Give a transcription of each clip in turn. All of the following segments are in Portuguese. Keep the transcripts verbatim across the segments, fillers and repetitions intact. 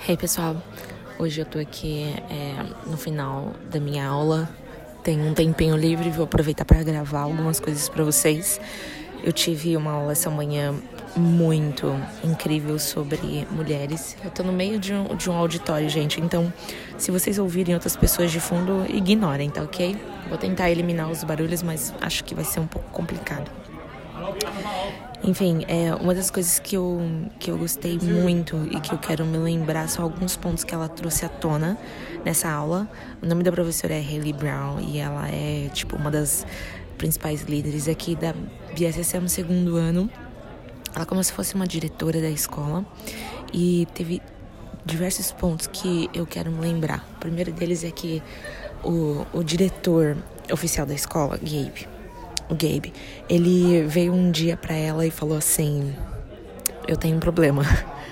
Hey pessoal, hoje eu tô aqui é, no final da minha aula, tenho um tempinho livre, vou aproveitar para gravar algumas coisas para vocês. Eu tive uma aula essa manhã muito incrível sobre mulheres. Eu tô no meio de um, de um auditório, gente, então se vocês ouvirem outras pessoas de fundo, ignorem, tá ok? Vou tentar eliminar os barulhos, mas acho que vai ser um pouco complicado. Enfim, é, uma das coisas que eu, que eu gostei muito e que eu quero me lembrar são alguns pontos que ela trouxe à tona nessa aula. O nome da professora é Hayley Brown e ela é, tipo, uma das principais líderes aqui da B S S M no segundo ano. Ela como se fosse uma diretora da escola e teve diversos pontos que eu quero me lembrar. O primeiro deles é que o, o diretor oficial da escola, Gabe, O Gabe, ele veio um dia pra ela e falou assim: eu tenho um problema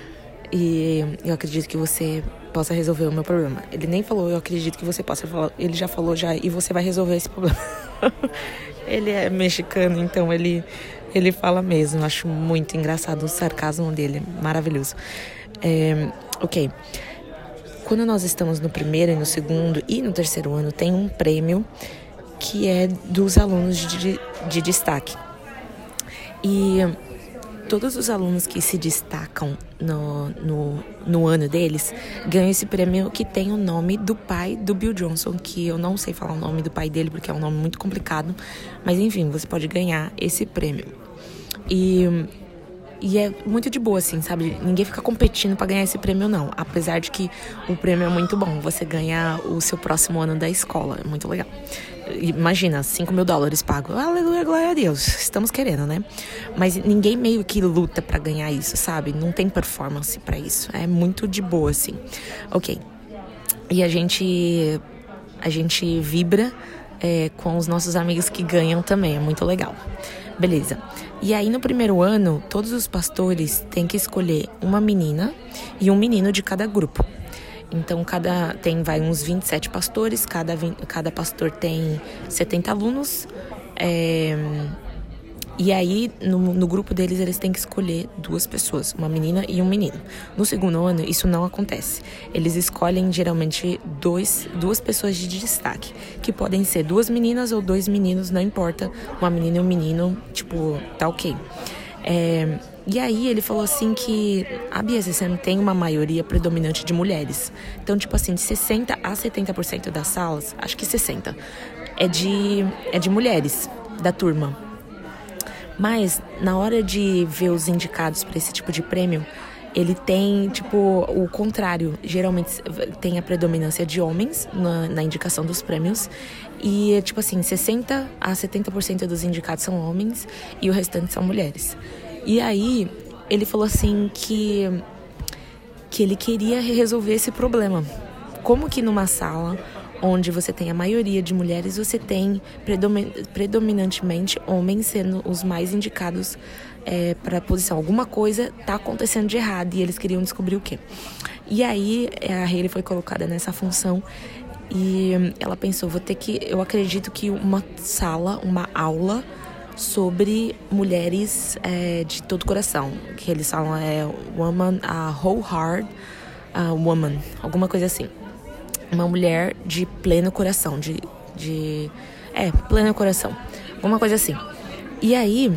e eu acredito que você possa resolver o meu problema. Ele nem falou, eu acredito que você possa falar, ele já falou já, e você vai resolver esse problema. Ele é mexicano, então ele, ele fala mesmo. Eu acho muito engraçado o sarcasmo dele, maravilhoso. É, ok, quando nós estamos no primeiro e no segundo e no terceiro ano, tem um prêmio que é dos alunos de, de destaque. E todos os alunos que se destacam no, no, no ano deles ganham esse prêmio que tem o nome do pai do Bill Johnson, que eu não sei falar o nome do pai dele porque é um nome muito complicado, mas enfim, você pode ganhar esse prêmio. E... E é muito de boa, assim, sabe? Ninguém fica competindo pra ganhar esse prêmio, não. Apesar de que o prêmio é muito bom. Você ganha o seu próximo ano da escola. É muito legal. Imagina, cinco mil dólares pago. Aleluia, glória a Deus. Estamos querendo, né? Mas ninguém meio que luta pra ganhar isso, sabe? Não tem performance pra isso. É muito de boa, assim. Ok. E a gente... A gente vibra é, com os nossos amigos que ganham também. É muito legal. Beleza. E aí, no primeiro ano, todos os pastores têm que escolher uma menina e um menino de cada grupo. Então, cada tem vai uns vinte e sete pastores, cada, cada pastor tem setenta alunos. É, e aí, no, no grupo deles, eles têm que escolher duas pessoas, uma menina e um menino. No segundo ano, isso não acontece. Eles escolhem, geralmente, dois, duas pessoas de destaque, que podem ser duas meninas ou dois meninos, não importa, uma menina e um menino, tipo, tá ok. É, e aí, ele falou assim que a B S S M tem uma maioria predominante de mulheres. Então, tipo assim, de sessenta a setenta por cento das salas, acho que sessenta por cento, é de, é de mulheres da turma. Mas, na hora de ver os indicados para esse tipo de prêmio, ele tem, tipo, o contrário. Geralmente tem a predominância de homens na, na indicação dos prêmios. E, tipo assim, sessenta a setenta por cento dos indicados são homens e o restante são mulheres. E aí, ele falou assim que, que ele queria resolver esse problema. Como que numa sala onde você tem a maioria de mulheres, você tem predomin- predominantemente homens sendo os mais indicados é, para a posição. Alguma coisa está acontecendo de errado e eles queriam descobrir o quê. E aí a Hayley foi colocada nessa função e ela pensou, vou ter que, eu acredito que uma sala, uma aula sobre mulheres é, de todo coração, que eles falam é woman, a whole heart a woman, alguma coisa assim. Uma mulher de pleno coração, de, de... É, pleno coração. Alguma coisa assim. E aí,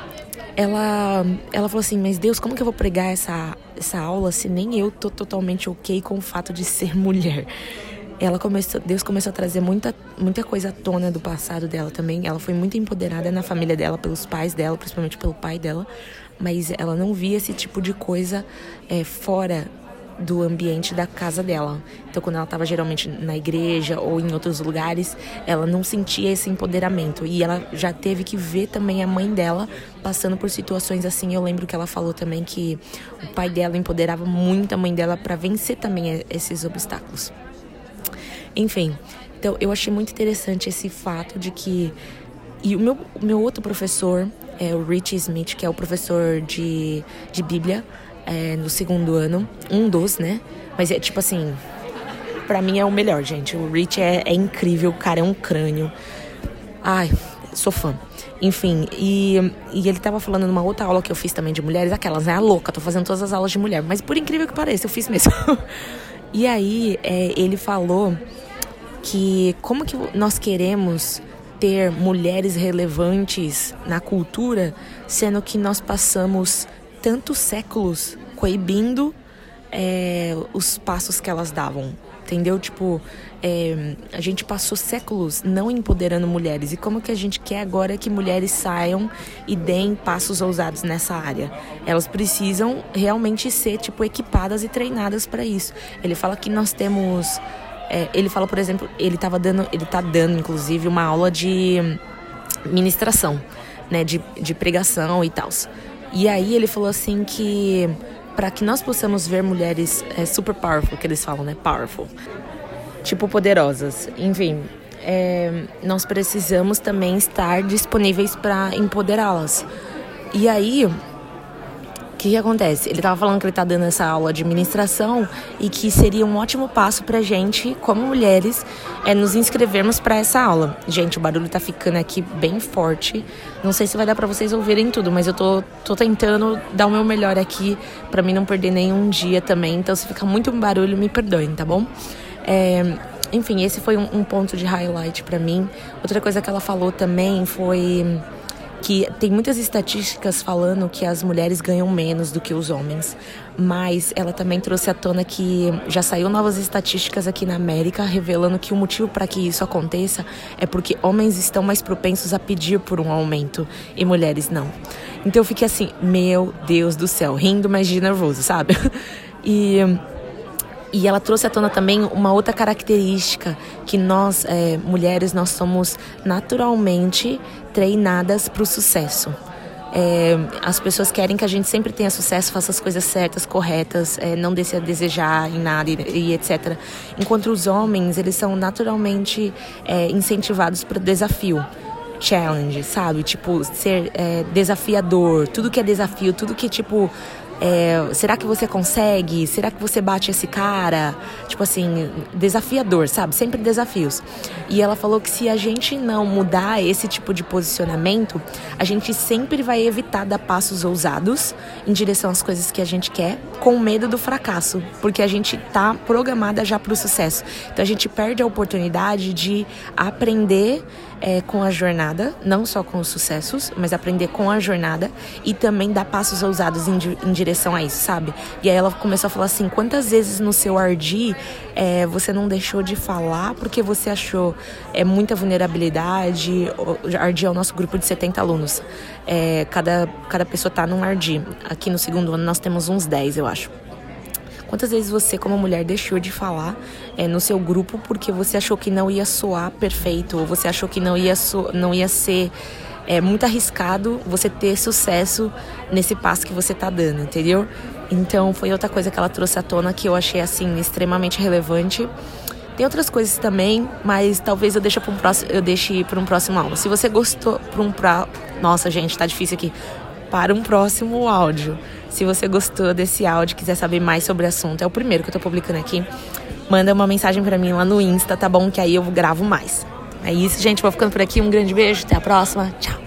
ela, ela falou assim, mas Deus, como que eu vou pregar essa, essa aula se nem eu tô totalmente ok com o fato de ser mulher? Ela começou, Deus começou a trazer muita, muita coisa à tona do passado dela também. Ela foi muito empoderada na família dela, pelos pais dela, principalmente pelo pai dela. Mas ela não via esse tipo de coisa é, fora do ambiente da casa dela. Então, quando ela estava geralmente na igreja ou em outros lugares, ela não sentia esse empoderamento. E ela já teve que ver também a mãe dela passando por situações assim. Eu lembro que ela falou também que o pai dela empoderava muito a mãe dela para vencer também esses obstáculos. Enfim, então eu achei muito interessante esse fato de que... E o meu, o meu outro professor é o Richie Smith, que é o professor de, de Bíblia, É, no segundo ano, um dos, né? Mas é tipo assim, pra mim é o melhor, gente. O Rich é, é incrível, o cara é um crânio. Ai, Sou fã. Enfim, e, e ele tava falando numa outra aula que eu fiz também de mulheres, aquelas, né? A louca, tô fazendo todas as aulas de mulher. Mas por incrível que pareça, eu fiz mesmo. E aí, é, ele falou que como que nós queremos ter mulheres relevantes na cultura, sendo que nós passamos tantos séculos coibindo é, os passos que elas davam. Entendeu? Tipo, é, a gente passou séculos não empoderando mulheres. E como que a gente quer agora que mulheres saiam e deem passos ousados nessa área? Elas precisam realmente ser, tipo, equipadas e treinadas para isso. Ele fala que nós temos... É, ele fala, por exemplo, ele tava dando, ele tá dando, inclusive, uma aula de ministração, né? De, de pregação e tal. E aí ele falou assim que... para que nós possamos ver mulheres é, super powerful, que eles falam, né? Powerful. Tipo, poderosas. Enfim, é, nós precisamos também estar disponíveis para empoderá-las. E aí, o que, que acontece? Ele tava falando que ele tá dando essa aula de ministração e que seria um ótimo passo pra gente, como mulheres, é nos inscrevermos pra essa aula. Gente, o barulho tá ficando aqui bem forte. Não sei se vai dar pra vocês ouvirem tudo, mas eu tô, tô tentando dar o meu melhor aqui pra mim não perder nenhum dia também. Então, se ficar muito barulho, me perdoem, tá bom? É, enfim, esse foi um, um ponto de highlight pra mim. Outra coisa que ela falou também foi que tem muitas estatísticas falando que as mulheres ganham menos do que os homens, mas ela também trouxe à tona que já saiu novas estatísticas aqui na América revelando que o motivo para que isso aconteça é porque homens estão mais propensos a pedir por um aumento e mulheres não. Então eu fiquei assim, meu Deus do céu, rindo, mas de nervoso, sabe? E... E ela trouxe à tona também uma outra característica, que nós, é, mulheres, nós somos naturalmente treinadas para o sucesso. É, as pessoas querem que a gente sempre tenha sucesso, faça as coisas certas, corretas, é, não deixe a desejar em nada e, e etcétera. Enquanto os homens, eles são naturalmente é, incentivados para o desafio. Challenge, sabe? Tipo, ser é, desafiador, tudo que é desafio, tudo que, tipo... É, será que você consegue? Será que você bate esse cara? Tipo assim, desafiador, sabe? Sempre desafios. E ela falou que se a gente não mudar esse tipo de posicionamento, a gente sempre vai evitar dar passos ousados em direção às coisas que a gente quer, com medo do fracasso, porque a gente tá programada já pro sucesso. Então a gente perde a oportunidade de aprender é, com a jornada, não só com os sucessos, mas aprender com a jornada e também dar passos ousados em, em direção a isso, sabe? E aí ela começou a falar assim, quantas vezes no seu Ardi é, você não deixou de falar porque você achou é, muita vulnerabilidade. O Ardi é o nosso grupo de setenta alunos. É, cada, cada pessoa tá num Ardi. Aqui no segundo ano nós temos uns dez, eu acho. Quantas vezes você, como mulher, deixou de falar é, no seu grupo porque você achou que não ia soar perfeito, ou você achou que não ia, so, não ia ser é, muito arriscado você ter sucesso nesse passo que você tá dando, entendeu? Então foi outra coisa que ela trouxe à tona que eu achei assim extremamente relevante. Tem outras coisas também, mas talvez eu deixe para um próximo, eu deixe para um próximo aula. Se você gostou, para um pra... nossa gente, tá difícil aqui. Para um próximo áudio. Se você gostou desse áudio, quiser saber mais sobre o assunto, é o primeiro que eu tô publicando aqui, manda uma mensagem pra mim lá no Insta, tá bom? Que aí eu gravo mais. É isso, gente. Vou ficando por aqui. Um grande beijo. Até a próxima. Tchau.